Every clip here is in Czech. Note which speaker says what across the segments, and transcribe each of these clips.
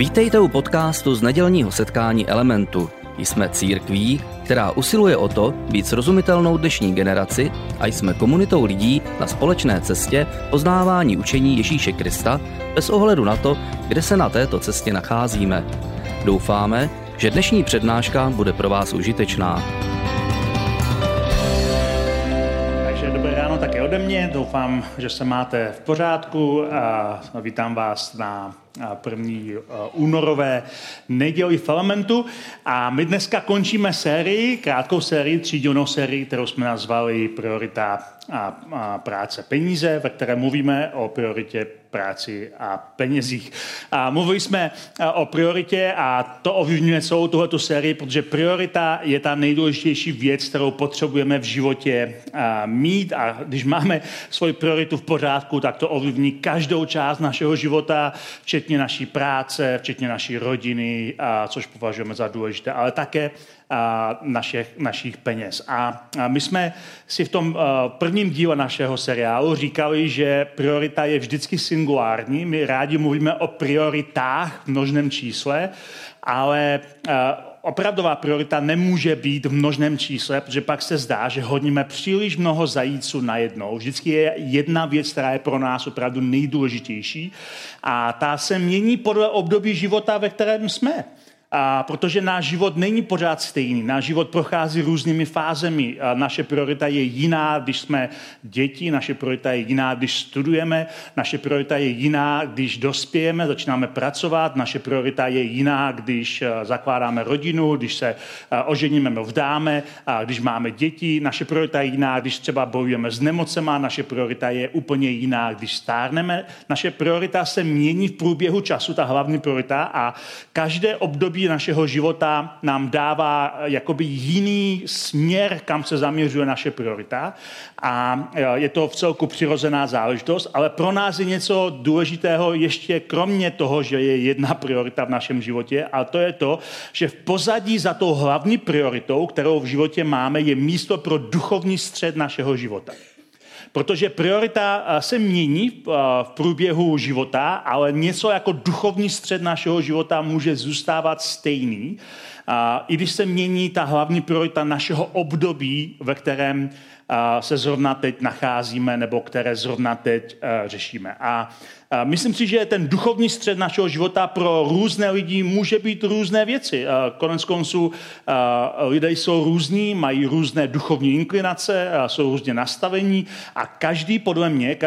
Speaker 1: Vítejte u podcastu z nedělního setkání Elementu. Jsme církví, která usiluje o to být srozumitelnou dnešní generaci a jsme komunitou lidí na společné cestě poznávání učení Ježíše Krista bez ohledu na to, kde se na této cestě nacházíme. Doufáme, že dnešní přednáška bude pro vás užitečná.
Speaker 2: Dobré ráno také ode mě, doufám, že se máte v pořádku a vítám vás na první únorové neděli v Elementu a my dneska končíme sérii, krátkou sérii, třídílnou sérii, kterou jsme nazvali Priorita a práce peníze, ve které mluvíme o prioritě práci a penězích. A mluvili jsme o prioritě a to ovlivňuje celou tuhletu sérii, protože priorita je ta nejdůležitější věc, kterou potřebujeme v životě mít a když máme svoji prioritu v pořádku, tak to ovlivní každou část našeho života, včetně naší práce, včetně naší rodiny, což považujeme za důležité, ale také našich peněz. A my jsme si v tom prvním díle našeho seriálu říkali, že priorita je vždycky singulární. My rádi mluvíme o prioritách v množném čísle, ale opravdová priorita nemůže být v množném čísle, protože pak se zdá, že hodíme příliš mnoho zajíců najednou. Vždycky je jedna věc, která je pro nás opravdu nejdůležitější a ta se mění podle období života, ve kterém jsme. Protože náš život není pořád stejný. Náš život prochází různými fázemi. Naše priorita je jiná, když jsme děti, naše priorita je jiná, když studujeme, naše priorita je jiná, když dospějeme, začínáme pracovat, naše priorita je jiná, když zakládáme rodinu, když se oženíme, vdáme, když máme děti, naše priorita je jiná, když třeba bojujeme s nemocema, naše priorita je úplně jiná, když stárneme. Naše priorita se mění v průběhu času, ta hlavní priorita a každé období našeho života nám dává jakoby jiný směr, kam se zaměřuje naše priorita a je to v celku přirozená záležitost, ale pro nás je něco důležitého ještě kromě toho, že je jedna priorita v našem životě a to je to, že v pozadí za tou hlavní prioritou, kterou v životě máme, je místo pro duchovní střed našeho života. Protože priorita se mění v průběhu života, ale něco jako duchovní střed našeho života může zůstávat stejný, i když se mění ta hlavní priorita našeho období, ve kterém se zrovna teď nacházíme nebo které zrovna teď řešíme. A myslím si, že ten duchovní střed našeho života pro různé lidi může být různé věci. Konec konců lidé jsou různí, mají různé duchovní inklinace, jsou různě nastavení a každý podle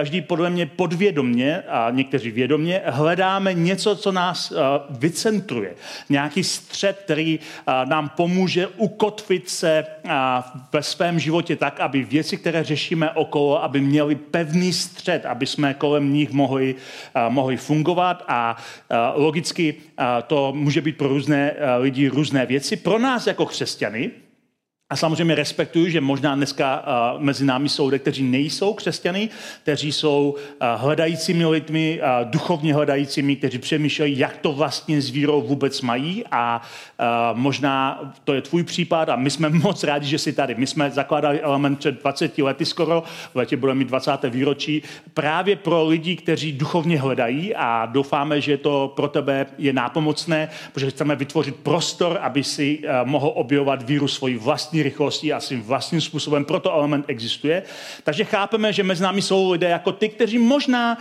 Speaker 2: mě podvědomě a někteří vědomě hledáme něco, co nás vycentruje. Nějaký střed, který nám pomůže ukotvit se ve svém životě tak, aby věci, které řešíme okolo, aby měly pevný střed, aby jsme kolem nich mohli fungovat a logicky to může být pro různé lidi různé věci. Pro nás jako křesťany, a samozřejmě respektuju, že možná dneska mezi námi jsou lidé, kteří nejsou křesťany, kteří jsou hledajícími lidmi, duchovně hledajícími, kteří přemýšlejí, jak to vlastně s vírou vůbec mají a možná to je tvůj případ a my jsme moc rádi, že jsi tady. My jsme zakládali Element před 20 lety skoro, v letě budeme mít 20. výročí, právě pro lidi, kteří duchovně hledají a doufáme, že to pro tebe je nápomocné, protože chceme vytvořit prostor, aby si mohl objevovat víru svojí vlastní rychlostí a svým vlastním způsobem, proto Element existuje. Takže chápeme, že mezi námi jsou lidé jako ty, kteří možná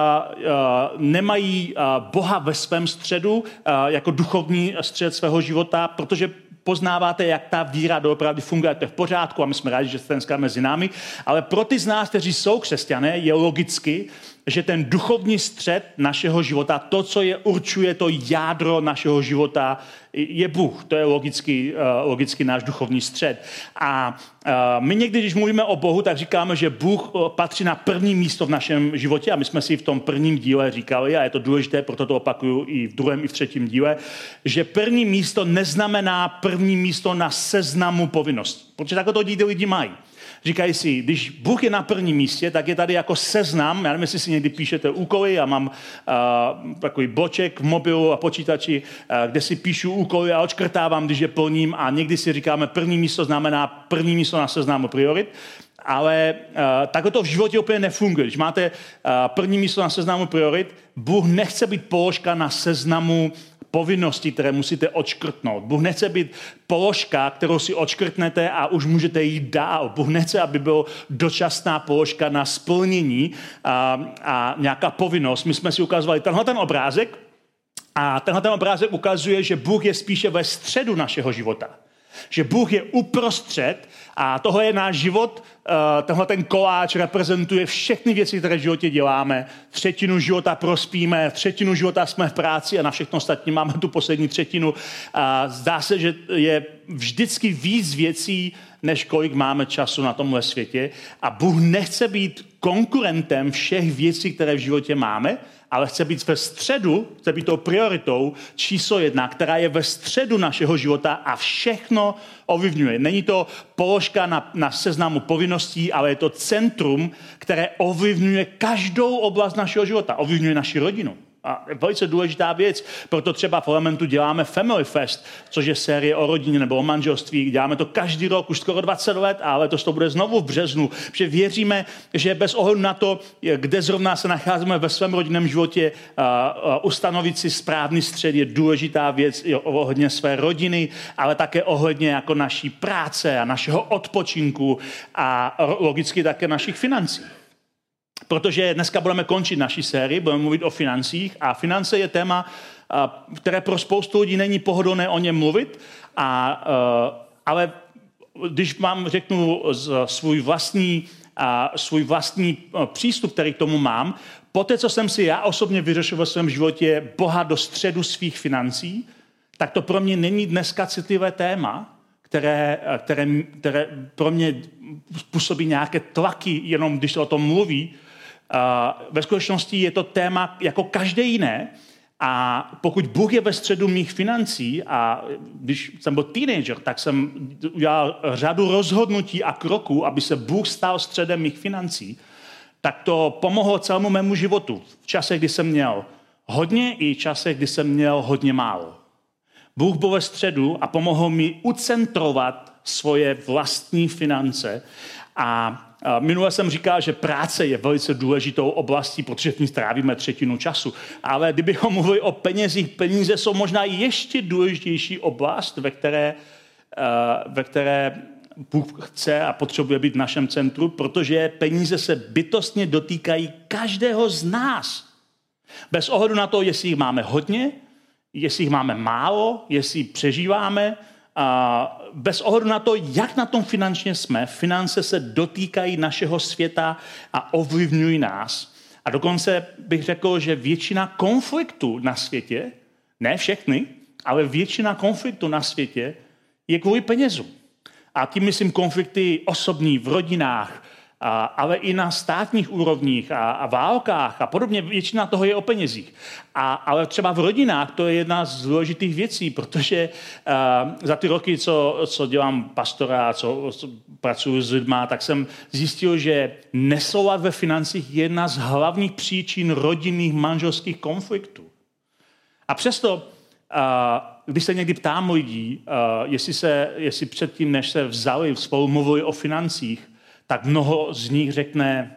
Speaker 2: nemají Boha ve svém středu, jako duchovní střed svého života, protože poznáváte, jak ta víra doopravdy funguje, to je v pořádku a my jsme rádi, že jste dneska mezi námi, ale pro ty z nás, kteří jsou křesťané, je logicky, že ten duchovní střed našeho života, to, co je určuje to jádro našeho života, je Bůh. To je logicky náš duchovní střed. A my někdy, když mluvíme o Bohu, tak říkáme, že Bůh patří na první místo v našem životě a my jsme si v tom prvním díle říkali, a je to důležité, proto to opakuju i v druhém, i v třetím díle, že první místo neznamená první místo na seznamu povinností. Protože takhle to lidi mají. Říkají si, když Bůh je na prvním místě, tak je tady jako seznam, já nevím, jestli si někdy píšete úkoly, já mám takový bloček v mobilu a počítači, kde si píšu úkoly a odškrtávám, když je plním a někdy si říkáme, první místo znamená první místo na seznamu priorit, ale takhle to v životě úplně nefunguje. Když máte první místo na seznamu priorit, Bůh nechce být položka na seznamu povinností, které musíte odškrtnout. Bůh nechce být položka, kterou si odškrtnete a už můžete jít dál. Bůh nechce, aby byl dočasná položka na splnění a nějaká povinnost. My jsme si ukazovali tenhle ten obrázek a tenhle ten obrázek ukazuje, že Bůh je spíše ve středu našeho života. Že Bůh je uprostřed a tohle je náš život. Tenhle ten koláč reprezentuje všechny věci, které v životě děláme. 1/3 života prospíme, 1/3 života jsme v práci a na všechno ostatní máme tu poslední 1/3. Zdá se, že je vždycky víc věcí, než kolik máme času na tomhle světě. A Bůh nechce být konkurentem všech věcí, které v životě máme, ale chce být ve středu, chce být tou prioritou číslo 1, která je ve středu našeho života a všechno ovlivňuje. Není to položka na seznamu povinností, ale je to centrum, které ovlivňuje každou oblast našeho života. Ovlivňuje naši rodinu. A je velice důležitá věc, proto třeba v Elementu děláme Family Fest, což je série o rodině nebo o manželství. Děláme to každý rok, už skoro 20 let, ale letos to bude znovu v březnu, protože věříme, že bez ohledu na to, kde zrovna se nacházíme ve svém rodinném životě, ustanovit si správný střed je důležitá věc ohledně své rodiny, ale také ohledně jako naší práce a našeho odpočinku a logicky také našich financí. Protože dneska budeme končit naši sérii, budeme mluvit o financích a finance je téma, které pro spoustu lidí není pohodlné o něm mluvit, ale když vám řeknu svůj vlastní přístup, který k tomu mám, poté, co jsem si já osobně vyřešil ve svém životě Boha do středu svých financí, tak to pro mě není dneska citlivé téma, které pro mě způsobí nějaké tlaky, jenom když se o tom mluví. Ve skutečnosti je to téma jako každé jiné a pokud Bůh je ve středu mých financí a když jsem byl teenager, tak jsem udělal řadu rozhodnutí a kroků, aby se Bůh stal středem mých financí, tak to pomohlo celému mému životu. V časech, kdy jsem měl hodně i v časech, kdy jsem měl hodně málo. Bůh byl ve středu a pomohl mi ucentrovat svoje vlastní finance a minule jsem říkal, že práce je velice důležitou oblastí, protože v ní strávíme 1/3 času. Ale kdybychom mluvili o penězích, peníze jsou možná ještě důležitější oblast, ve které Bůh chce a potřebuje být v našem centru, protože peníze se bytostně dotýkají každého z nás. Bez ohledu na to, jestli jich máme hodně, jestli jich máme málo, jestli přežíváme, bez ohledu na to, jak na tom finančně jsme, finance se dotýkají našeho světa a ovlivňují nás. A dokonce bych řekl, že většina konfliktů na světě, ne všechny, ale většina konfliktů na světě je kvůli penězům. A tím myslím konflikty osobní v rodinách, ale i na státních úrovních a válkách a podobně. Většina toho je o penězích. Ale třeba v rodinách to je jedna z důležitých věcí, protože za ty roky, co dělám pastora, co pracuji s lidma, tak jsem zjistil, že nesoulad ve financích je jedna z hlavních příčin rodinných manželských konfliktů. A přesto, když se někdy ptám lidí, jestli předtím, než se vzali, spolu mluvili o financích, tak mnoho z nich řekne,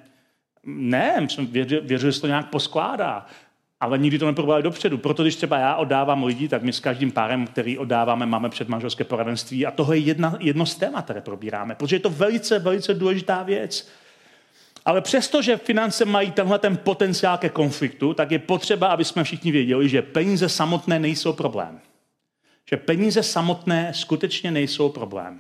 Speaker 2: ne, věřili, že se to nějak poskládá, ale nikdy to neprobrali dopředu. Proto když třeba já oddávám lidi, tak my s každým párem, který oddáváme, máme předmanželské poradenství a tohle je jedno z témat, které probíráme, protože je to velice, velice důležitá věc. Ale přesto, že finance mají tenhle ten potenciál ke konfliktu, tak je potřeba, aby jsme všichni věděli, že peníze samotné nejsou problém. Že peníze samotné skutečně nejsou problém.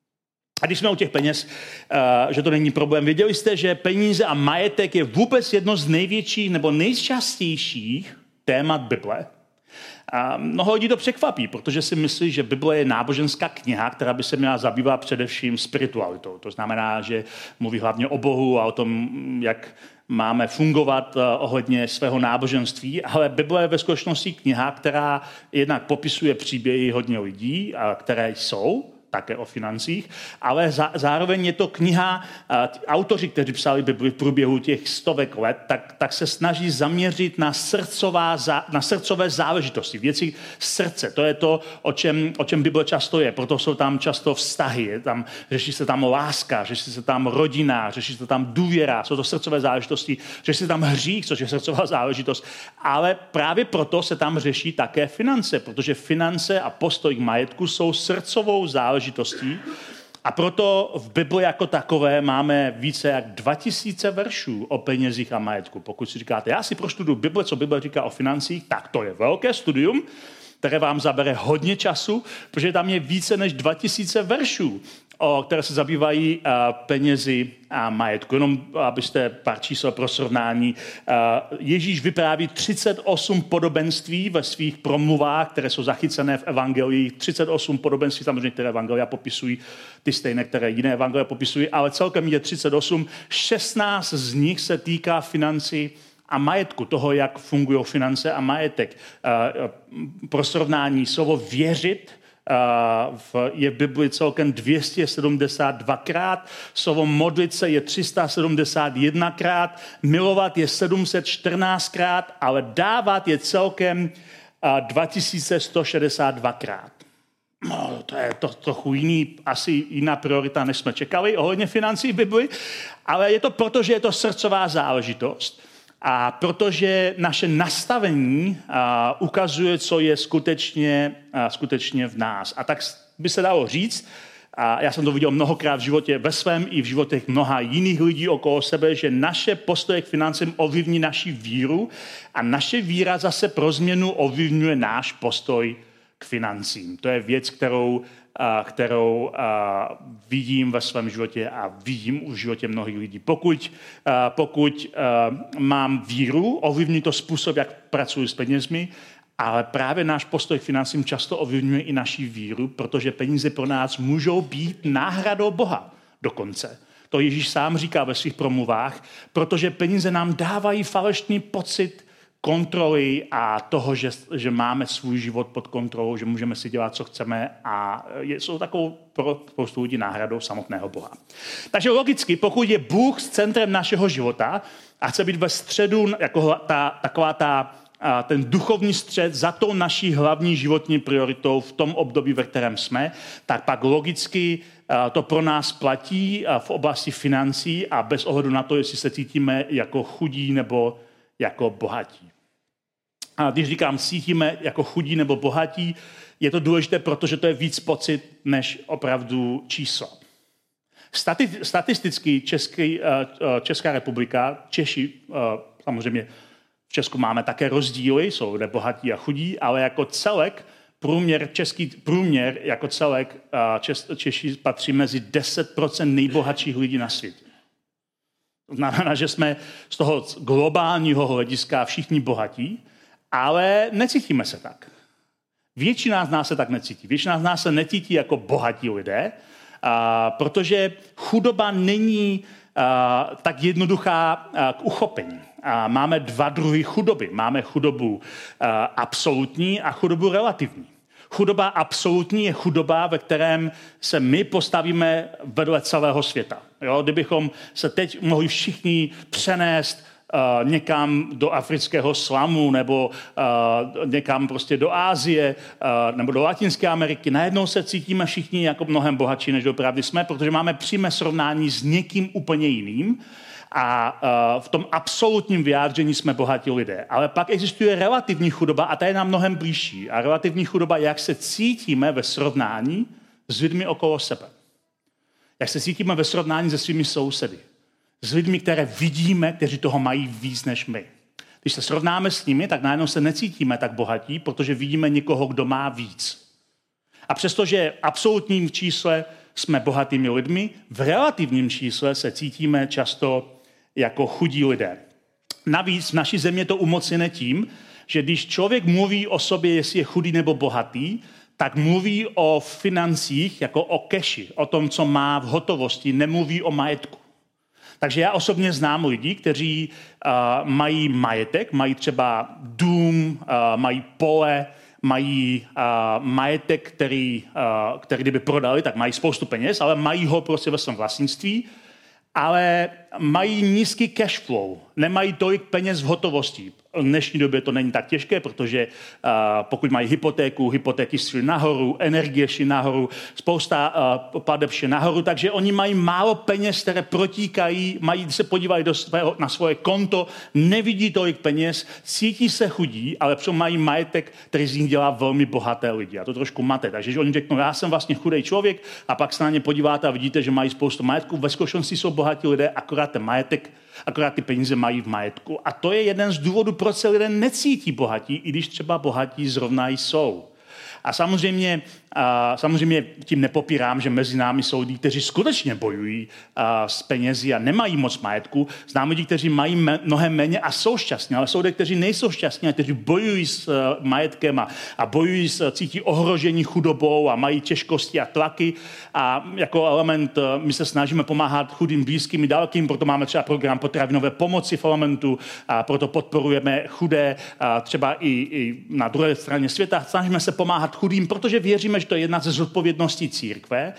Speaker 2: A když jsme u těch peněz, že to není problém, věděli jste, že peníze a majetek je vůbec jedno z největších nebo nejčastějších témat Bible. A mnoho lidí to překvapí, protože si myslí, že Bible je náboženská kniha, která by se měla zabývat především spiritualitou. To znamená, že mluví hlavně o Bohu a o tom, jak máme fungovat ohledně svého náboženství, ale Bible je ve skutečnosti kniha, která jednak popisuje příběhy hodně lidí, které jsou také o financích, ale zároveň je to kniha, autoři, kteří psali Bibli v průběhu těch stovek let, tak se snaží zaměřit na srdcové záležitosti, věci srdce. To je to, o čem Bible často je, proto jsou tam často vztahy, řeší se tam láska, řeší se tam rodina, řeší se tam důvěra, jsou to srdcové záležitosti, řeší se tam hřích, což je srdcová záležitost, ale právě proto se tam řeší také finance, protože finance a postoj k majetku jsou srdcovou záležitostí a proto v Bibli jako takové máme více jak 2000 veršů o penězích a majetku. Pokud si říkáte, já si proštuduju Bible, co Bible říká o financích, tak to je velké studium, které vám zabere hodně času, protože tam je více než 2000 veršů, které se zabývají penězi a majetku. Jenom abyste pár čísel pro srovnání. Ježíš vypráví 38 podobenství ve svých promluvách, které jsou zachycené v evangelii. 38 podobenství, samozřejmě, které evangelia popisují, ty stejné, které jiné evangelia popisují, ale celkem je 38. 16 z nich se týká financí a majetku, toho, jak fungují finance a majetek. Pro srovnání slovo věřit je v Bibli celkem 272krát, slovo modlit se je 371krát, milovat je 714krát, ale dávat je celkem 2162krát. No, to je trochu asi jiná priorita, než jsme čekali ohledně financí v Bibli, ale je to proto, že je to srdcová záležitost. A protože naše nastavení ukazuje, co je skutečně v nás. A tak by se dalo říct, a já jsem to viděl mnohokrát v životě ve svém i v životech mnoha jiných lidí okolo sebe, že naše postoje k financím ovlivní naši víru a naše víra zase pro změnu ovlivňuje náš postoj k financím. To je věc, kterou vidím ve svém životě a vidím v životě mnohých lidí. Pokud mám víru, ovlivní to způsob, jak pracuji s penězmi, ale právě náš postoj k financím často ovlivňuje i naši víru, protože peníze pro nás můžou být náhradou Boha dokonce. To Ježíš sám říká ve svých promluvách, protože peníze nám dávají falešný pocit kontroly a toho, že máme svůj život pod kontrolou, že můžeme si dělat, co chceme a jsou takovou pro spoustu lidí náhradou samotného Boha. Takže logicky, pokud je Bůh s centrem našeho života a chce být ve středu jako ten duchovní střed za tou naší hlavní životní prioritou v tom období, ve kterém jsme, tak pak logicky to pro nás platí v oblasti financí a bez ohledu na to, jestli se cítíme jako chudí nebo jako bohatí. A když říkám cítíme jako chudí nebo bohatí, je to důležité, protože to je víc pocit než opravdu číslo. Statisticky Česká republika, Češi, samozřejmě v Česku máme také rozdíly, jsou lidé bohatí a chudí, ale jako celek, český průměr jako celek, Češi patří mezi 10% nejbohatších lidí na světě. To znamená, že jsme z toho globálního hlediska všichni bohatí, ale necítíme se tak. Většina z nás se tak necítí. Většina z nás se necítí jako bohatí lidé, protože chudoba není tak jednoduchá k uchopení. Máme dva druhy chudoby. Máme chudobu absolutní a chudobu relativní. Chudoba absolutní je chudoba, ve kterém se my postavíme vedle celého světa. Jo? Kdybychom se teď mohli všichni přenést někam do afrického slamu nebo někam prostě do Asie nebo do Latinské Ameriky, najednou se cítíme všichni jako mnohem bohatší, než opravdu jsme, protože máme přímé srovnání s někým úplně jiným a v tom absolutním vyjádření jsme bohatí lidé. Ale pak existuje relativní chudoba a ta je nám mnohem blížší. A relativní chudoba je, jak se cítíme ve srovnání s lidmi okolo sebe. Jak se cítíme ve srovnání se svými sousedy. S lidmi, které vidíme, kteří toho mají víc než my. Když se srovnáme s nimi, tak najednou se necítíme tak bohatí, protože vidíme někoho, kdo má víc. A přestože v absolutním čísle jsme bohatými lidmi, v relativním čísle se cítíme často jako chudí lidé. Navíc v naší země to umocněné tím, že když člověk mluví o sobě, jestli je chudý nebo bohatý, tak mluví o financích jako o keši, o tom, co má v hotovosti, nemluví o majetku. Takže já osobně znám lidi, kteří mají majetek, mají třeba dům, mají pole, mají majetek, který kdyby prodali, tak mají spoustu peněz, ale mají ho prostě ve svém vlastnictví, ale mají nízký cash flow, nemají tolik peněz v hotovosti. V dnešní době to není tak těžké, protože pokud mají hypotéky šly nahoru, energie šly nahoru, spousta plateb šly nahoru, takže oni mají málo peněz, které protíkají, když se podívají na svoje konto, nevidí tolik peněz, cítí se chudí, ale přitom mají majetek, který z nich dělá velmi bohaté lidi. A to trošku mate. Takže oni řeknou, já jsem vlastně chudý člověk, a pak se na ně podíváte a vidíte, že mají spoustu majetku. Ve skutečnosti jsou bohatí lidé, akorát ty peníze mají v majetku. A to je jeden z důvodů, proč se lidé necítí bohatí, i když třeba bohatí zrovna jsou. A samozřejmě tím nepopírám, že mezi námi jsou lidi, kteří skutečně bojují s penězi a nemají moc majetku. Znám lidi, kteří mají mnohem méně a jsou šťastní, ale jsou lidé, kteří nejsou šťastní a kteří bojují s majetkem a bojují cítí ohrožení chudobou a mají těžkosti a tlaky. A jako element my se snažíme pomáhat chudým, blízkým i dalekým, proto máme třeba program potravinové pomoci v elementu, a proto podporujeme chudé třeba i na druhé straně světa. Snažíme se pomáhat chudým, protože věříme, že to je jedna ze zodpovědností církve.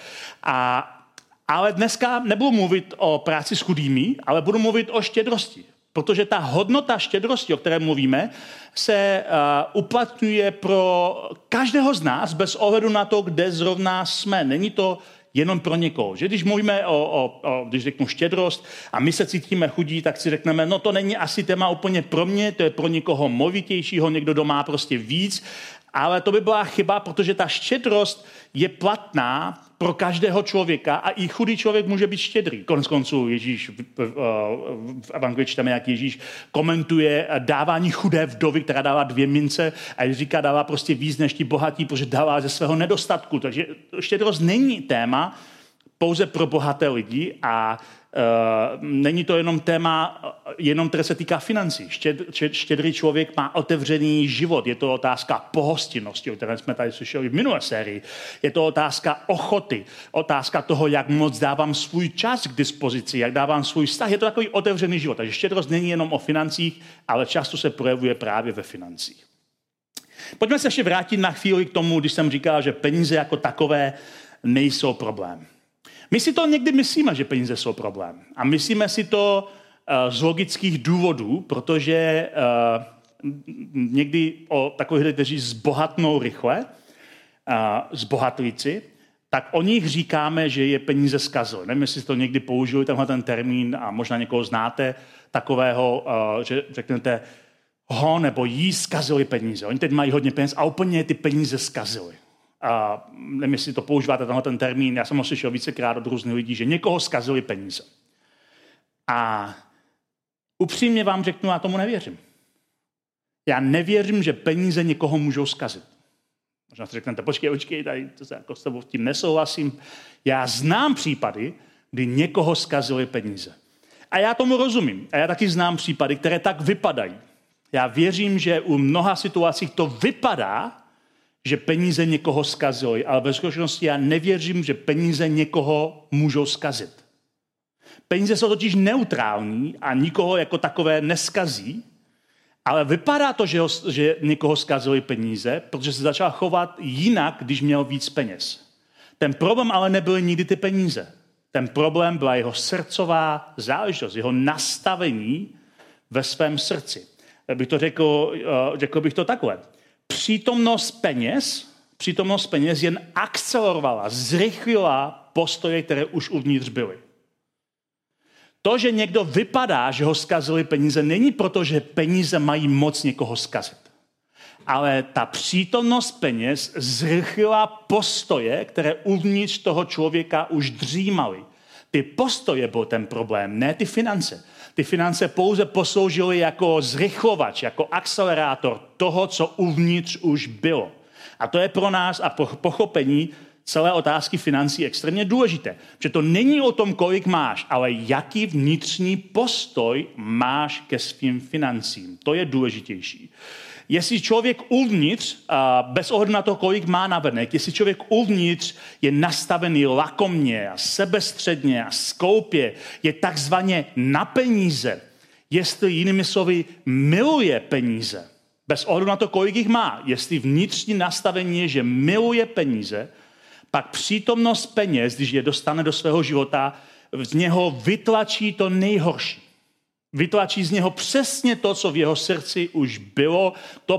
Speaker 2: Ale dneska nebudu mluvit o práci s chudými, ale budu mluvit o štědrosti. Protože ta hodnota štědrosti, o které mluvíme, se uplatňuje pro každého z nás bez ohledu na to, kde zrovna jsme. Není to jenom pro někoho. Že když mluvíme když řeknu štědrost a my se cítíme chudí, tak si řekneme, no to není asi téma úplně pro mě, to je pro někoho movitějšího, někdo, kdo má prostě víc. Ale to by byla chyba, protože ta štědrost je platná pro každého člověka a i chudý člověk může být štědrý. Koneckonců Ježíš v evangeliu čteme, jak Ježíš komentuje dávání chudé vdovy, která dává 2 mince a říká, dává prostě víc než ti bohatí, protože dává ze svého nedostatku. Takže štědrost není téma pouze pro bohaté lidi a není to jenom téma, které se týká financí. Štědrý člověk má otevřený život. Je to otázka pohostinnosti, o které jsme tady slyšeli v minulé sérii. Je to otázka ochoty, otázka toho, jak moc dávám svůj čas k dispozici, jak dávám svůj vztah. Je to takový otevřený život. Takže štědrost není jenom o financích, ale často se projevuje právě ve financích. Pojďme se ještě vrátit na chvíli k tomu, když jsem říkal, že peníze jako takové nejsou problém. My si to někdy myslíme, že peníze jsou problém. A myslíme si to z logických důvodů, protože někdy o takových lidí, kteří zbohatnou rychle, zbohatlíci, tak o nich říkáme, že je peníze zkazily. Nevím, jestli to někdy použili, tenhle ten termín, a možná někoho znáte, takového, že řeknete, ho nebo jí zkazily peníze. Oni teď mají hodně peněz a úplně ty peníze zkazily. Nevím, jestli to používáte, ten termín, já jsem ho slyšel vícekrát od různých lidí, že někoho zkazily peníze. A upřímně vám řeknu, já tomu nevěřím. Já nevěřím, že peníze někoho můžou zkazit. Možná si řeknete, počkej, tady to se jako s tebou tím nesouhlasím. Já znám případy, kdy někoho zkazily peníze. A já tomu rozumím. A já taky znám případy, které tak vypadají. Já věřím, že u mnoha situacích to vypadá, že peníze někoho zkazily, ale ve skutečnosti já nevěřím, že peníze někoho můžou zkazit. Peníze jsou totiž neutrální a nikoho jako takové neskazí, ale vypadá to, že někoho zkazily peníze, protože se začal chovat jinak, když měl víc peněz. Ten problém ale nebyly nikdy ty peníze. Ten problém byla jeho srdcová záležitost, jeho nastavení ve svém srdci. Řekl bych to takhle. Přítomnost peněz jen akcelerovala, zrychlila postoje, které už uvnitř byly. To, že někdo vypadá, že ho zkazily peníze, není proto, že peníze mají moc někoho zkazit. Ale ta přítomnost peněz zrychlila postoje, které uvnitř toho člověka už dřímaly. Ty postoje byl ten problém, ne ty finance. Ty finance pouze posloužily jako zrychlovač, jako akcelerátor toho, co uvnitř už bylo. A to je pro nás a pochopení celé otázky financí extrémně důležité. Protože to není o tom, kolik máš, ale jaký vnitřní postoj máš ke svým financím. To je důležitější. Jestli člověk uvnitř, bez ohledu na to, kolik má navenek, jestli člověk uvnitř je nastavený lakomně a sebestředně a skoupě, je takzvaně na peníze, jestli jinými slovy miluje peníze, Bez ohledu na to, kolik jich má. Jestli vnitřní nastavení je, že miluje peníze, pak přítomnost peněz, když je dostane do svého života, z něho vytlačí to nejhorší. Vytlačí z něho přesně to, co v jeho srdci už bylo, to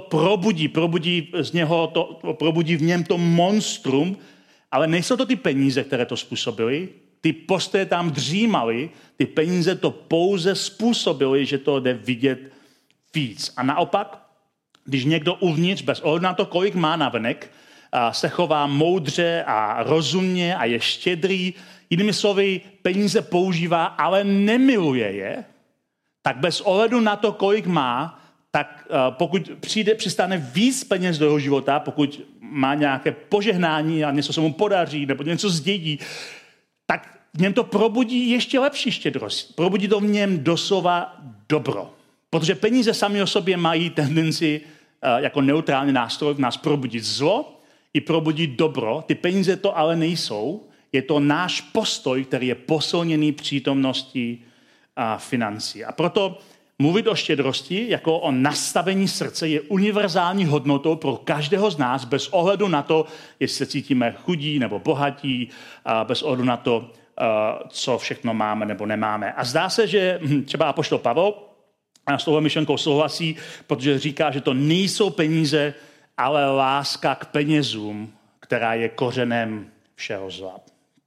Speaker 2: probudí v něm to monstrum, ale nejsou to ty peníze, které to způsobily, ty postoje tam dřímaly, ty peníze to pouze způsobily, že to jde vidět víc. A naopak, když někdo uvnitř, bez ohledu na to, kolik má navenek, se chová moudře a rozumně a je štědrý, jinými slovy, peníze používá, ale nemiluje je, tak bez ohledu na to, kolik má, tak pokud přistane víc peněz do jeho života, pokud má nějaké požehnání a něco se mu podaří nebo něco zdědí, tak v něm to probudí ještě lepší štědrost. Probudí to v něm doslova dobro. Protože peníze sami o sobě mají tendenci jako neutrální nástroj v nás probudit zlo i probudit dobro. Ty peníze to ale nejsou. Je to náš postoj, který je posilněný přítomností financí. A proto mluvit o štědrosti jako o nastavení srdce je univerzální hodnotou pro každého z nás, bez ohledu na to, jestli se cítíme chudí nebo bohatí, bez ohledu na to, co všechno máme nebo nemáme. A zdá se, že třeba apoštol Pavel s touhle myšlenkou souhlasí, protože říká, že to nejsou peníze, ale láska k penězům, která je kořenem všeho zla.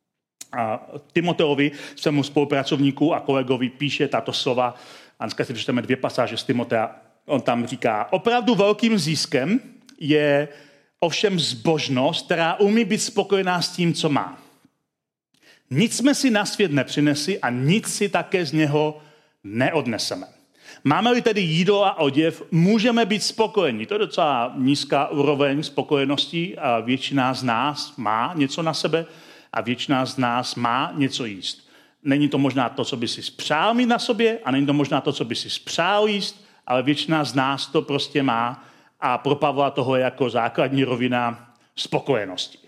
Speaker 2: A Timoteovi, svému spolupracovníku a kolegovi, píše tato slova. A dneska si přečteme 2 pasáže z Timotea. On tam říká, opravdu velkým ziskem je ovšem zbožnost, která umí být spokojená s tím, co má. Nic jsme si na svět nepřinesli a nic si také z něho neodneseme. Máme-li tedy jídlo a oděv, můžeme být spokojení. To je docela nízká úroveň spokojenosti a většina z nás má něco na sebe a většina z nás má něco jíst. Není to možná to, co by si spřál mít na sobě a není to možná to, co by si spřál jíst, ale většina z nás to prostě má a pro Pavla toho je jako základní rovina spokojenosti.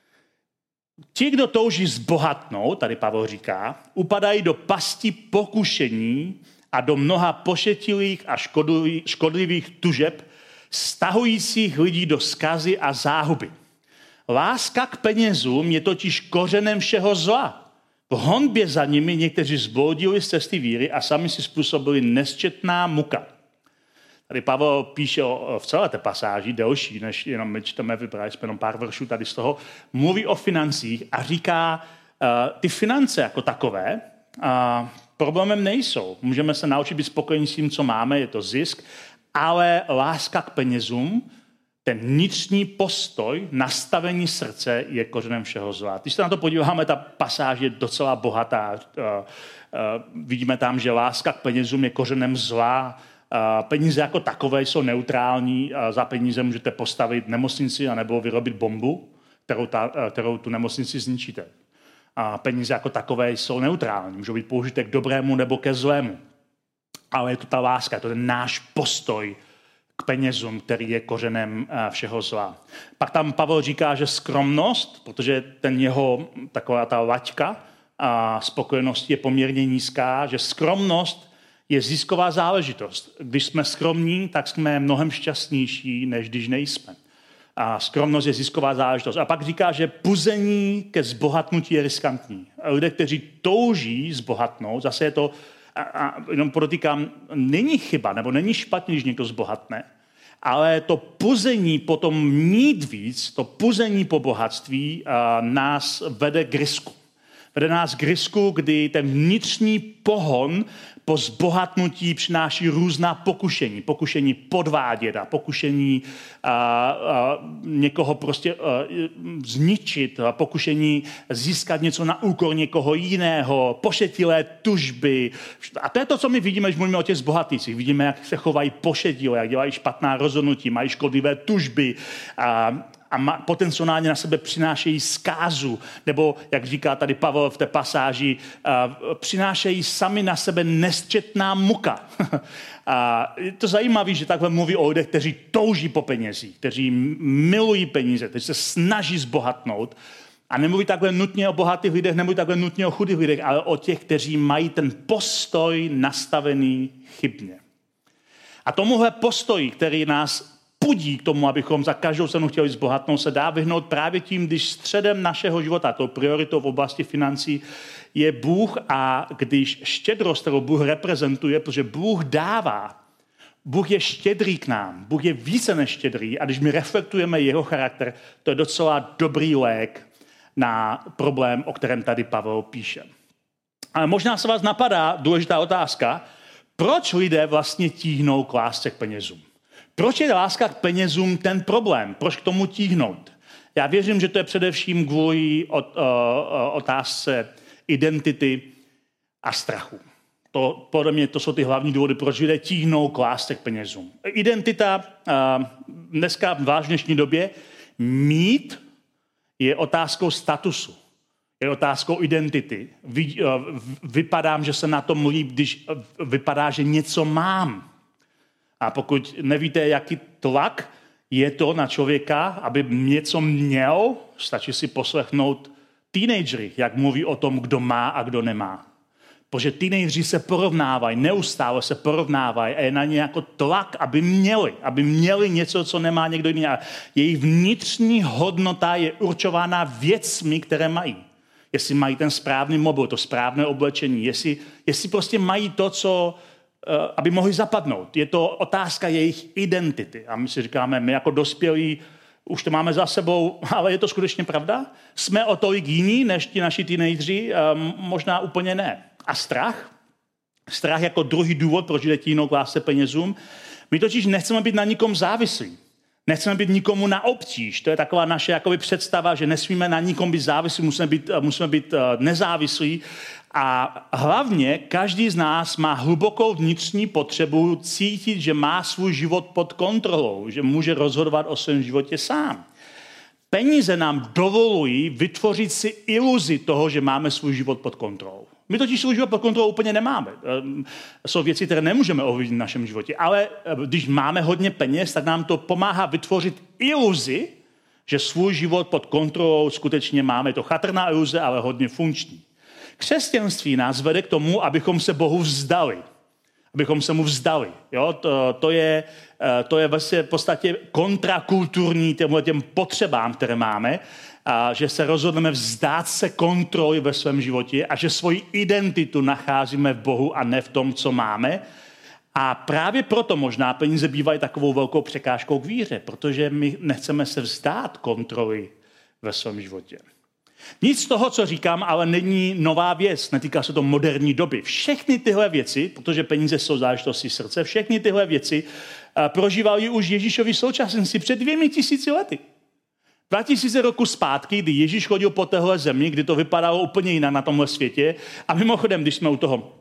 Speaker 2: Ti, kdo touží zbohatnout, tady Pavel říká, upadají do pasti pokušení a do mnoha pošetilých a škodlivých tužeb, stahujících lidí do zkazy a záhuby. Láska k penězům je totiž kořenem všeho zla. V honbě za nimi někteří zbloudili z cesty víry a sami si způsobili nesčetná muka. Tady Pavel píše v celé té pasáži, delší, než jenom my čteme, vybrali jsme jenom pár veršů tady z toho, mluví o financích a říká, ty finance jako takové problémem nejsou. Můžeme se naučit být spokojení s tím, co máme, je to zisk, ale láska k penězům, ten vnitřní postoj, nastavení srdce je kořenem všeho zla. Když se na to podíváme, ta pasáž je docela bohatá. Vidíme tam, že láska k penězům je kořenem zla. Peníze jako takové jsou neutrální. Za peníze můžete postavit nemocnici anebo vyrobit bombu, kterou tu nemocnici zničíte. Peníze jako takové jsou neutrální. Můžou být použité k dobrému nebo ke zlému. Ale je to ta láska, je to ten náš postoj k penězům, který je kořenem všeho zla. Pak tam Pavel říká, že skromnost, protože ten jeho taková ta laťka spokojenosti je poměrně nízká, že skromnost je zisková záležitost. Když jsme skromní, tak jsme mnohem šťastnější, než když nejsme. A skromnost je zisková záležitost. A pak říká, že puzení ke zbohatnutí je riskantní. Lidé, kteří touží zbohatnout, zase je to, a jenom podotýkám, není chyba, nebo není špatně, když někdo zbohatne, ale to puzení potom mít víc, to puzení po bohatství nás vede k risku. Vede nás k risku, kdy ten vnitřní pohon po zbohatnutí přináší různá pokušení. Pokušení podvádět a pokušení někoho prostě zničit, a pokušení získat něco na úkor někoho jiného, pošetilé tužby. A to je to, co my vidíme, když mluvíme o těch zbohatýcích. Vidíme, jak se chovají pošetile, jak dělají špatná rozhodnutí, mají škodlivé tužby a potenciálně na sebe přinášejí zkázu, nebo, jak říká tady Pavel v té pasáži, přinášejí sami na sebe nesčetná muka. A je to zajímavé, že takhle mluví o lidech, kteří touží po penězích, kteří milují peníze, kteří se snaží zbohatnout. A nemluví takhle nutně o bohatých lidech, nemluví takhle nutně o chudých lidech, ale o těch, kteří mají ten postoj nastavený chybně. A tomuhle postoji, který nás pudí k tomu, abychom za každou cenu chtěli zbohatnout, se dá vyhnout právě tím, když středem našeho života, tou prioritou v oblasti financí, je Bůh a když štědrost, kterou Bůh reprezentuje, protože Bůh dává, Bůh je štědrý k nám, Bůh je více než štědrý a když my reflektujeme jeho charakter, to je docela dobrý lék na problém, o kterém tady Pavel píše. Ale možná se vás napadá důležitá otázka, proč lidé vlastně tíhnou k lásce k penězům? Proč je láska k penězům ten problém? Proč k tomu tíhnout? Já věřím, že to je především kvůli otázce identity a strachu. Podle mě to jsou ty hlavní důvody, proč lidé tíhnou k lásce k penězům. Identita dneska v dnešní době mít je otázkou statusu. Je otázkou identity. Vypadám, že se na tom líp, když vypadá, že něco mám. A pokud nevíte, jaký tlak je to na člověka, aby něco měl, stačí si poslechnout teenagery, jak mluví o tom, kdo má a kdo nemá. Protože teenageři se porovnávají, neustále se porovnávají a je na ně jako tlak, aby měli něco, co nemá někdo jiný. A jejich vnitřní hodnota je určována věcmi, které mají. Jestli mají ten správný mobil, to správné oblečení, jestli prostě mají to, co aby mohli zapadnout. Je to otázka jejich identity. A my si říkáme, my jako dospělí už to máme za sebou, ale je to skutečně pravda? Jsme o tolik jiní než ti naši teenageři? Možná úplně ne. A strach? Strach jako druhý důvod, proč jde tíhnout k lásce penězům. My totiž nechceme být na nikom závislí. Nechceme být nikomu na obtíž. To je taková naše jakoby představa, že nesmíme na nikom být závislí, musíme být nezávislí. A hlavně každý z nás má hlubokou vnitřní potřebu cítit, že má svůj život pod kontrolou, že může rozhodovat o svém životě sám. Peníze nám dovolují vytvořit si iluzi toho, že máme svůj život pod kontrolou. My totiž svůj život pod kontrolou úplně nemáme. Jsou věci, které nemůžeme ovlivnit v našem životě. Ale když máme hodně peněz, tak nám to pomáhá vytvořit iluzi, že svůj život pod kontrolou skutečně máme. Je to chatrná iluze, ale hodně funkční. Křesťanství nás vede k tomu, abychom se Bohu vzdali. Abychom se mu vzdali. Jo? To je vlastně v podstatě kontrakulturní těm potřebám, které máme, a že se rozhodneme vzdát se kontroly ve svém životě a že svoji identitu nacházíme v Bohu a ne v tom, co máme. A právě proto možná peníze bývají takovou velkou překážkou k víře, protože my nechceme se vzdát kontroly ve svém životě. Nic z toho, co říkám, ale není nová věc, netýká se to moderní doby. Všechny tyhle věci, protože peníze jsou záležitosti srdce, všechny tyhle věci prožívali už Ježíšovi současníci před 2000 lety. 2000 roku zpátky, kdy Ježíš chodil po téhle zemi, kdy to vypadalo úplně jinak na tomhle světě. A mimochodem, když jsme u toho,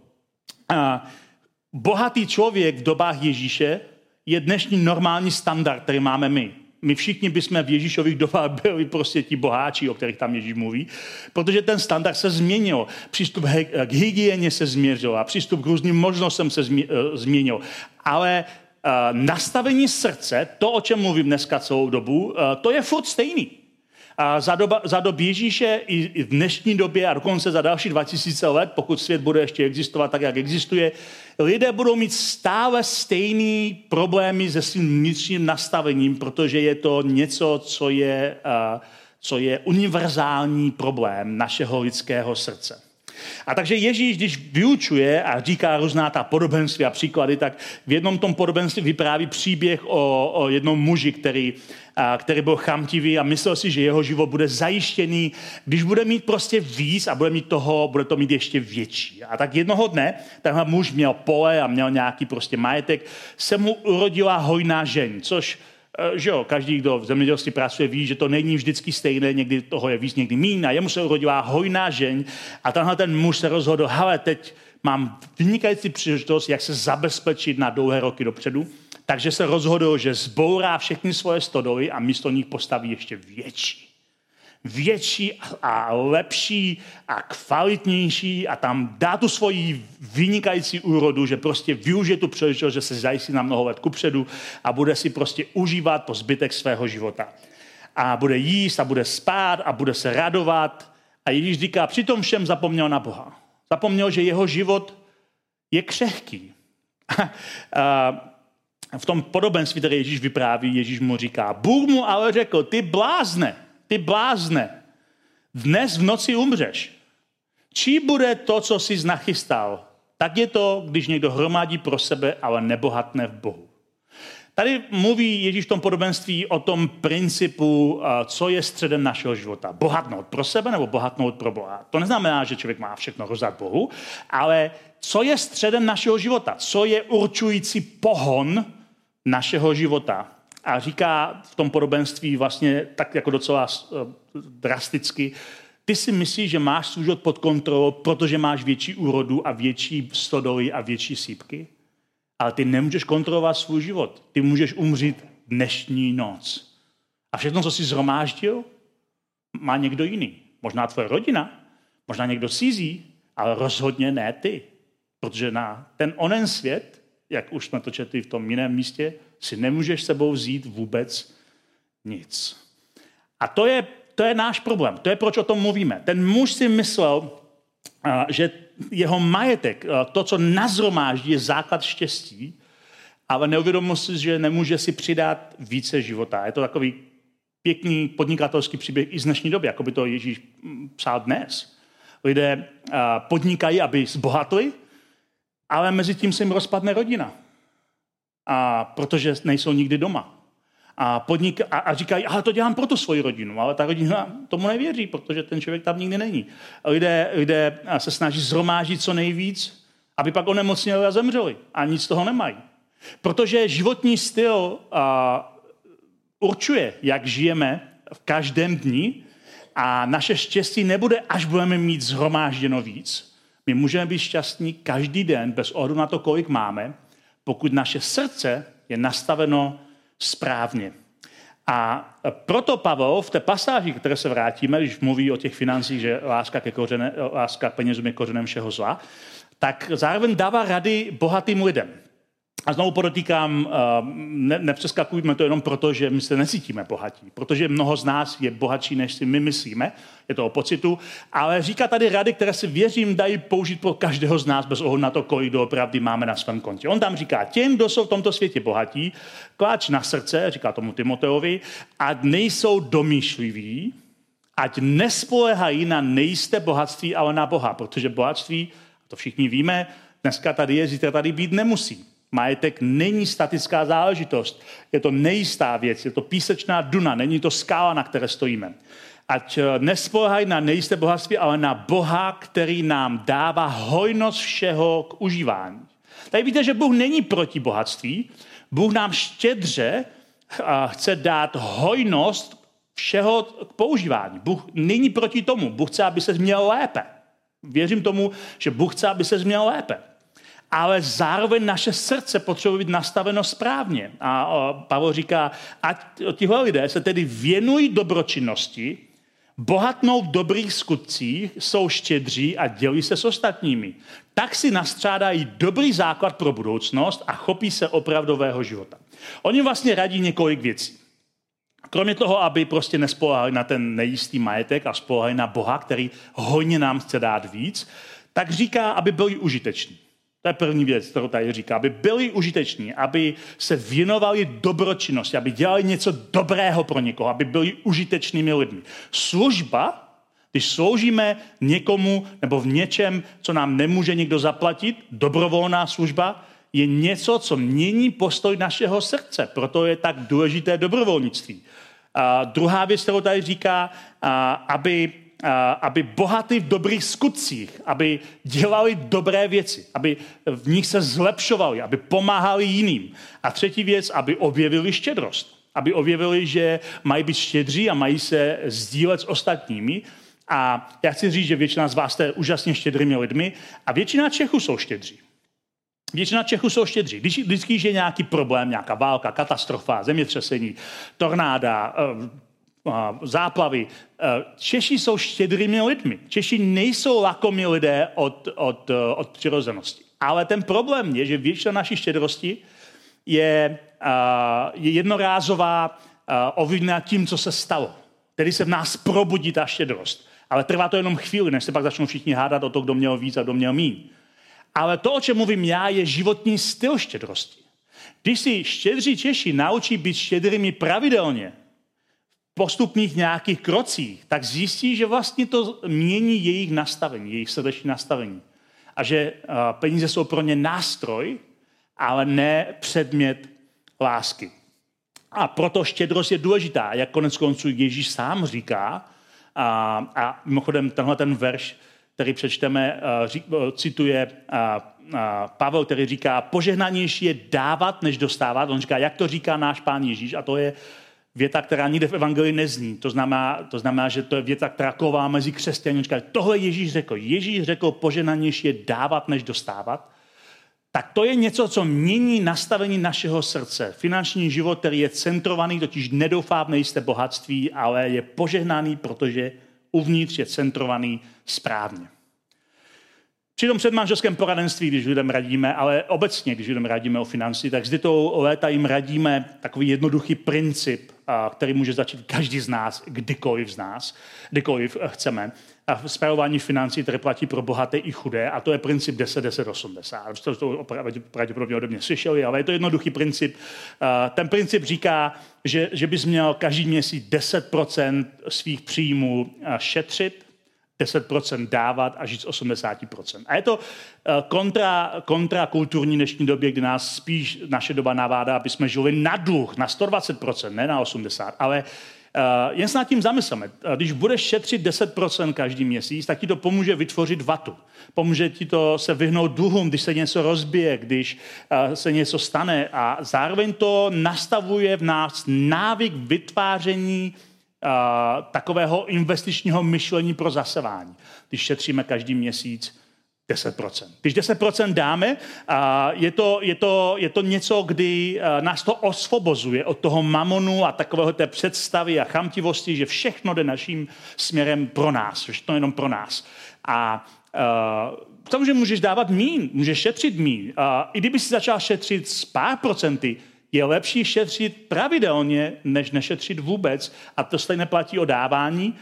Speaker 2: bohatý člověk v dobách Ježíše je dnešní normální standard, který máme my. My všichni bychom v Ježíšových dobách byli prostě ti boháči, o kterých tam Ježíš mluví, protože ten standard se změnil. Přístup k hygieně se změřil a přístup k různým možnostem se změnil. Ale nastavení srdce, to, o čem mluvím dneska celou dobu, to je furt stejný. A za dob Ježíše i v dnešní době a dokonce za další 2000 let, pokud svět bude ještě existovat tak, jak existuje, lidé budou mít stále stejný problémy se svým vnitřním nastavením, protože je to něco, co je univerzální problém našeho lidského srdce. A takže Ježíš, když vyučuje a říká různá ta podobenství a příklady, tak v jednom tom podobenství vypráví příběh o jednom muži, který byl chamtivý a myslel si, že jeho život bude zajištěný, když bude mít prostě víc a bude to mít ještě větší. A tak jednoho dne, tenhle muž měl pole a měl nějaký prostě majetek, se mu urodila hojná žeň, což že jo, každý, kdo v zemědělství pracuje, ví, že to není vždycky stejné, někdy toho je víc, někdy míň. A jemu se urodila hojná žeň a tenhle ten muž se rozhodl, hele, teď mám vynikající příležitost, jak se zabezpečit na dlouhé roky dopředu. Takže se rozhodl, že zbourá všechny svoje stodoly a místo nich postaví ještě větší a lepší a kvalitnější a tam dá tu svoji vynikající úrodu, že prostě využije tu příležitost, že se zajistí na mnoho let kupředu a bude si prostě užívat po zbytek svého života. A bude jíst a bude spát a bude se radovat. A Ježíš říká, přitom všem zapomněl na Boha. Zapomněl, že jeho život je křehký. v tom podobenství, které Ježíš vypráví, Ježíš mu říká, Bůh mu ale řekl, ty blázne, dnes v noci umřeš. Čí bude to, co jsi nachystal? Tak je to, když někdo hromadí pro sebe, ale nebohatne v Bohu. Tady mluví Ježíš v tom podobenství o tom principu, co je středem našeho života. Bohatnout pro sebe nebo bohatnout pro Boha. To neznamená, že člověk má všechno rozdat Bohu, ale co je středem našeho života? Co je určující pohon našeho života? A říká v tom podobenství vlastně tak jako docela drasticky, ty si myslíš, že máš svůj život pod kontrolou, protože máš větší úrodu a větší stodoly a větší sýpky? Ale ty nemůžeš kontrolovat svůj život. Ty můžeš umřít dnešní noc. A všechno, co jsi zhromáždil, má někdo jiný. Možná tvoje rodina, možná někdo cizí, ale rozhodně ne ty. Protože na ten onen svět, jak už jsme to četli v tom jiném místě, si nemůžeš sebou vzít vůbec nic. A to je náš problém. To je, proč o tom mluvíme. Ten muž si myslel, že jeho majetek, to, co nazhromáždí, je základ štěstí, ale neuvědomil si, že nemůže si přidat více života. Je to takový pěkný podnikatelský příběh i z dnešní doby, jako by to Ježíš psal dnes. Lidé podnikají, aby zbohatli, ale mezi tím se jim rozpadne rodina. Protože nejsou nikdy doma. A říkají, ale to dělám pro tu svoji rodinu, ale ta rodina tomu nevěří, protože ten člověk tam nikdy není. Lidé se snaží zhromáždit co nejvíc, aby pak onemocněli a zemřeli a nic z toho nemají. Protože životní styl určuje, jak žijeme v každém dni a naše štěstí nebude, až budeme mít zhromážděno víc. My můžeme být šťastní každý den, bez ohledu na to, kolik máme, pokud naše srdce je nastaveno správně. A proto Pavel v té pasáži, které se vrátíme, když mluví o těch financích, že láska k penězům je kořenem všeho zla, tak zároveň dává rady bohatým lidem. A znovu podotýkám, nepřeskakujme to jenom proto, že my se necítíme bohatí, protože mnoho z nás je bohatší, než si my myslíme, je to o pocitu, ale říká tady rady, které si věřím dají použít pro každého z nás bez ohledu na to, kolik doopravdy máme na svém kontě. On tam říká, těm, kdo jsou v tomto světě bohatí, kláč na srdce, říká tomu Timoteovi, ať nejsou domýšliví, ať nespoléhají na nejisté bohatství, ale na Boha, protože bohatství, to všichni víme, dneska tady je, zítra tady být nemusí. Majetek není statická záležitost, je to nejistá věc, je to písečná duna, není to skála, na které stojíme. Ať nespoléhají na nejisté bohatství, ale na Boha, který nám dává hojnost všeho k užívání. Tady víte, že Bůh není proti bohatství, Bůh nám štědře chce dát hojnost všeho k používání. Bůh není proti tomu, Bůh chce, aby se měl lépe. Věřím tomu, že Bůh chce, aby se měl lépe. Ale zároveň naše srdce potřebuje být nastaveno správně. A Pavel říká, ať tihle lidé se tedy věnují dobročinnosti, bohatnou v dobrých skutcích, jsou štědří a dělí se s ostatními. Tak si nastřádají dobrý základ pro budoucnost a chopí se opravdového života. Oni vlastně radí několik věcí. Kromě toho, aby prostě nespoléhali na ten nejistý majetek a spoléhali na Boha, který hojně nám chce dát víc, tak říká, aby byli užiteční. To je první věc, kterou tady říká, aby byli užiteční, aby se věnovali dobročinnosti, aby dělali něco dobrého pro někoho, aby byli užitečnými lidmi. Služba, když sloužíme někomu nebo v něčem, co nám nemůže někdo zaplatit, dobrovolná služba, je něco, co mění postoj našeho srdce. Proto je tak důležité dobrovolnictví. A druhá věc, kterou tady říká, aby bohatí v dobrých skutcích, aby dělali dobré věci, aby v nich se zlepšovali, aby pomáhali jiným. A třetí věc, aby objevili štědrost. Aby objevili, že mají být štědří a mají se sdílet s ostatními. A já chci říct, že většina z vás jste úžasně štědrými lidmi a většina Čechů jsou štědří. Většina Čechů jsou štědří. Když je nějaký problém, nějaká válka, katastrofa, zemětřesení, tornáda, záplavy. Češi jsou štědrými lidmi. Češi nejsou lakomí lidé od přirozenosti. Ale ten problém je, že většina naší štědrosti je jednorázová, ovlivněná tím, co se stalo. Tedy se v nás probudí ta štědrost. Ale trvá to jenom chvíli, než se pak začnou všichni hádat o to, kdo měl víc a kdo měl míň. Ale to, o čem mluvím já, je životní styl štědrosti. Když si štědří Češi naučí být štědrými pravidelně, v postupných nějakých krocích, tak zjistí, že vlastně to mění jejich nastavení, jejich srdeční nastavení. A že peníze jsou pro ně nástroj, ale ne předmět lásky. A proto štědrost je důležitá, jak konec konců Ježíš sám říká. A mimochodem tenhle ten verš, který přečteme, cituje Pavel, který říká, požehnanější je dávat, než dostávat. On říká, jak to říká náš Pán Ježíš. A to je věta, která nikde v evangelii nezní. To znamená, že to je věta, která ková mezi křesťany. Říká, tohle Ježíš řekl. Ježíš řekl, požehnanější je dávat, než dostávat. Tak to je něco, co mění nastavení našeho srdce. Finanční život, který je centrovaný, totiž nedoufá v nejisté bohatství, ale je požehnaný, protože uvnitř je centrovaný správně. Při tom předmanželském poradenství, když lidem radíme, ale obecně, když lidem radíme o financí, tak zde to léta jim radíme takový jednoduchý princip, který může začít každý z nás, kdykoliv chceme. A v spravování financí, které platí pro bohaté i chudé, a to je princip 10-10-80. Jste to pravděpodobně ode mě slyšeli, ale je to jednoduchý princip. Ten princip říká, že bys měl každý měsíc 10% svých příjmů šetřit, 10% dávat a žít z 80%. A je to kontrakulturní dnešní době, kdy nás spíš naše doba navádá, aby jsme žili na dluh, na 120%, ne na 80%, ale jen se nad tím zamysleme. Když budeš šetřit 10% každý měsíc, tak ti to pomůže vytvořit vatu. Pomůže ti to se vyhnout dluhům, když se něco rozbije, když se něco stane. A zároveň to nastavuje v nás návyk vytváření takového investičního myšlení pro zasevání. Když šetříme každý měsíc 10%. Když 10% dáme, je to něco, kdy nás to osvobozuje od toho mamonu a takového té představy a chamtivosti, že všechno jde naším směrem pro nás, všechno jenom pro nás. A samozřejmě můžeš dávat míň, můžeš šetřit míň. I kdyby si začal šetřit s pár procenty, je lepší šetřit pravidelně, než nešetřit vůbec. A to stejně platí o dávání.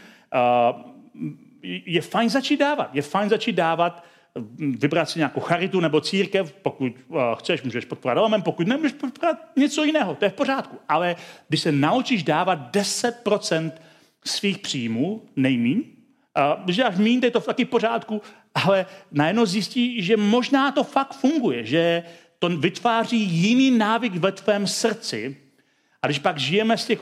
Speaker 2: Je fajn začít dávat, vybrat si nějakou charitu nebo církev, pokud chceš, můžeš podporovat element, pokud nemůžeš podporovat něco jiného, to je v pořádku. Ale když se naučíš dávat 10% svých příjmů, nejmíň, když dáš míň, to je to taky v pořádku, ale najednou zjistí, že možná to fakt funguje, že to vytváří jiný návyk ve tvém srdci. A když pak žijeme z těch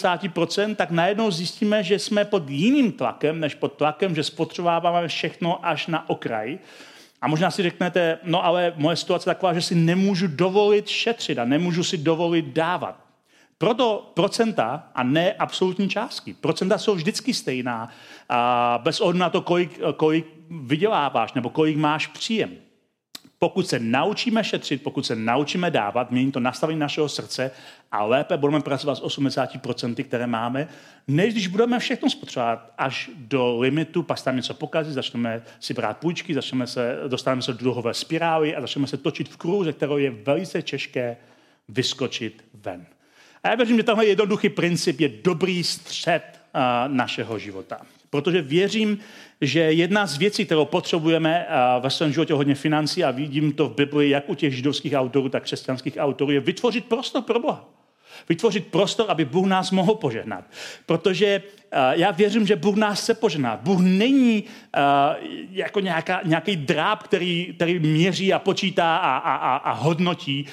Speaker 2: 80%, tak najednou zjistíme, že jsme pod jiným tlakem, než pod tlakem, že spotřebováváme všechno až na okraj. A možná si řeknete, no ale moje situace je taková, že si nemůžu dovolit šetřit a nemůžu si dovolit dávat. Proto procenta a ne absolutní částky. Procenta jsou vždycky stejná a bez ohledu na to, kolik vyděláváš nebo kolik máš příjem. Pokud se naučíme šetřit, pokud se naučíme dávat, mění to nastavení našeho srdce a lépe budeme pracovat s 80%, které máme, než když budeme všechno spotřebovat až do limitu, pak se tam něco pokazí, začneme si brát půjčky, dostaneme se do dluhové spirály a začneme se točit v kruhu, ze kterého je velice těžké vyskočit ven. A já věřím, že tenhle jednoduchý princip je dobrý střed našeho života. Protože věřím, že jedna z věcí, kterou potřebujeme ve svém životě hodně financí, a vidím to v Biblii, jak u těch židovských autorů, tak křesťanských autorů, je vytvořit prostor pro Boha. Vytvořit prostor, aby Bůh nás mohl požehnat. Protože já věřím, že Bůh nás chce požehnat. Bůh není jako nějaký dráb, který měří a počítá a hodnotí,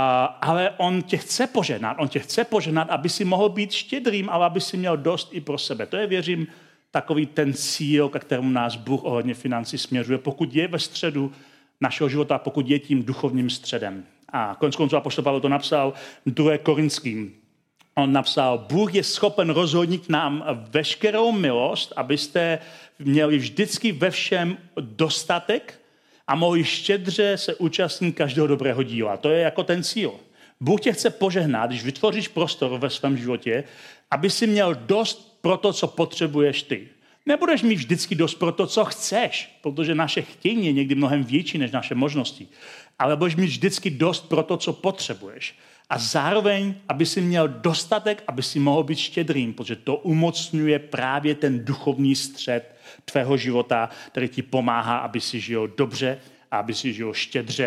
Speaker 2: ale on tě chce požehnat. On tě chce požehnat, aby si mohl být štědrým, ale aby si měl dost i pro sebe. To je, věřím, takový ten cíl, ke kterému nás Bůh ohledně financí směřuje, pokud je ve středu našeho života, pokud je tím duchovním středem. A konec konců apoštol Pavel to napsal 2. Korinským. On napsal, Bůh je schopen rozhodnit nám veškerou milost, abyste měli vždycky ve všem dostatek a mohli štědře se účastnit každého dobrého díla. To je jako ten cíl. Bůh tě chce požehnat, když vytvoříš prostor ve svém životě, aby si měl dost pro to, co potřebuješ ty. Nebudeš mít vždycky dost pro to, co chceš, protože naše chtění je někdy mnohem větší než naše možnosti. Ale budeš mít vždycky dost pro to, co potřebuješ. A zároveň, aby si měl dostatek, aby si mohl být štědrým, protože to umocňuje právě ten duchovní střed tvého života, který ti pomáhá, aby si žil dobře a aby si žil štědře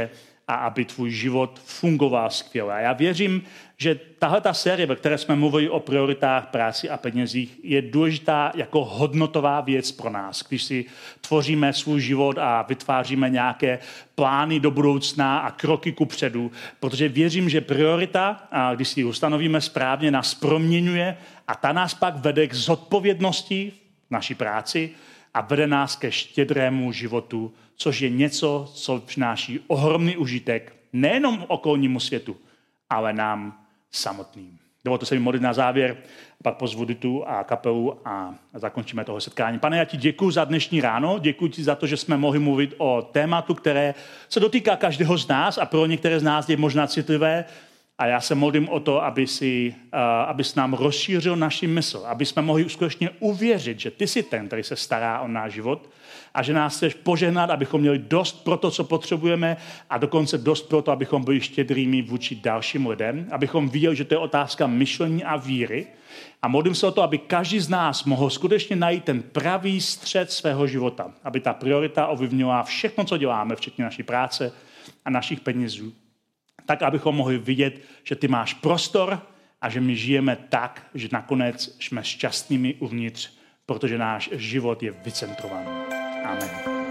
Speaker 2: a aby tvůj život fungoval skvěle. A já věřím, že tahleta série, ve které jsme mluvili o prioritách, práci a penězích, je důležitá jako hodnotová věc pro nás. Když si tvoříme svůj život a vytváříme nějaké plány do budoucna a kroky kupředu, protože věřím, že priorita, když si ji ustanovíme správně, nás proměňuje a ta nás pak vede k zodpovědnosti v naší práci a vede nás ke štědrému životu, což je něco, co přináší ohromný užitek nejenom okolnímu světu, ale nám samotným. Dovolte se mi modlit na závěr, pak pozvu Ditu a kapelu a zakončíme toho setkání. Pane, já ti děkuji za dnešní ráno, děkuji ti za to, že jsme mohli mluvit o tématu, které se dotýká každého z nás a pro některé z nás je možná citlivé. A já se modlím o to, abys nám rozšířil naši mysl, aby jsme mohli skutečně uvěřit, že ty jsi ten, který se stará o náš život a že nás chceš požehnat, abychom měli dost pro to, co potřebujeme a dokonce dost pro to, abychom byli štědrými vůči dalším lidem, abychom viděli, že to je otázka myšlení a víry. A modlím se o to, aby každý z nás mohl skutečně najít ten pravý střed svého života, aby ta priorita ovlivnila všechno, co děláme, včetně naší práce a našich penězů. Tak, abychom mohli vidět, že ty máš prostor a že my žijeme tak, že nakonec jsme šťastnými uvnitř, protože náš život je vycentrovaný. Amen.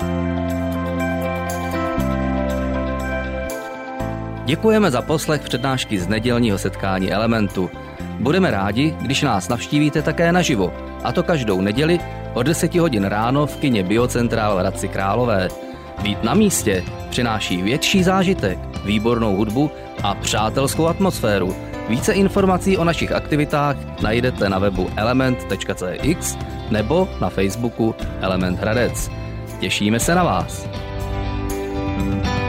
Speaker 1: Děkujeme za poslech přednášky z nedělního setkání Elementu. Budeme rádi, když nás navštívíte také naživo, a to každou neděli od 10 hodin ráno v kině Biocentral v Hradci Králové. Být na místě přináší větší zážitek, výbornou hudbu a přátelskou atmosféru. Více informací o našich aktivitách najdete na webu element.cx nebo na Facebooku Element Hradec. Těšíme se na vás.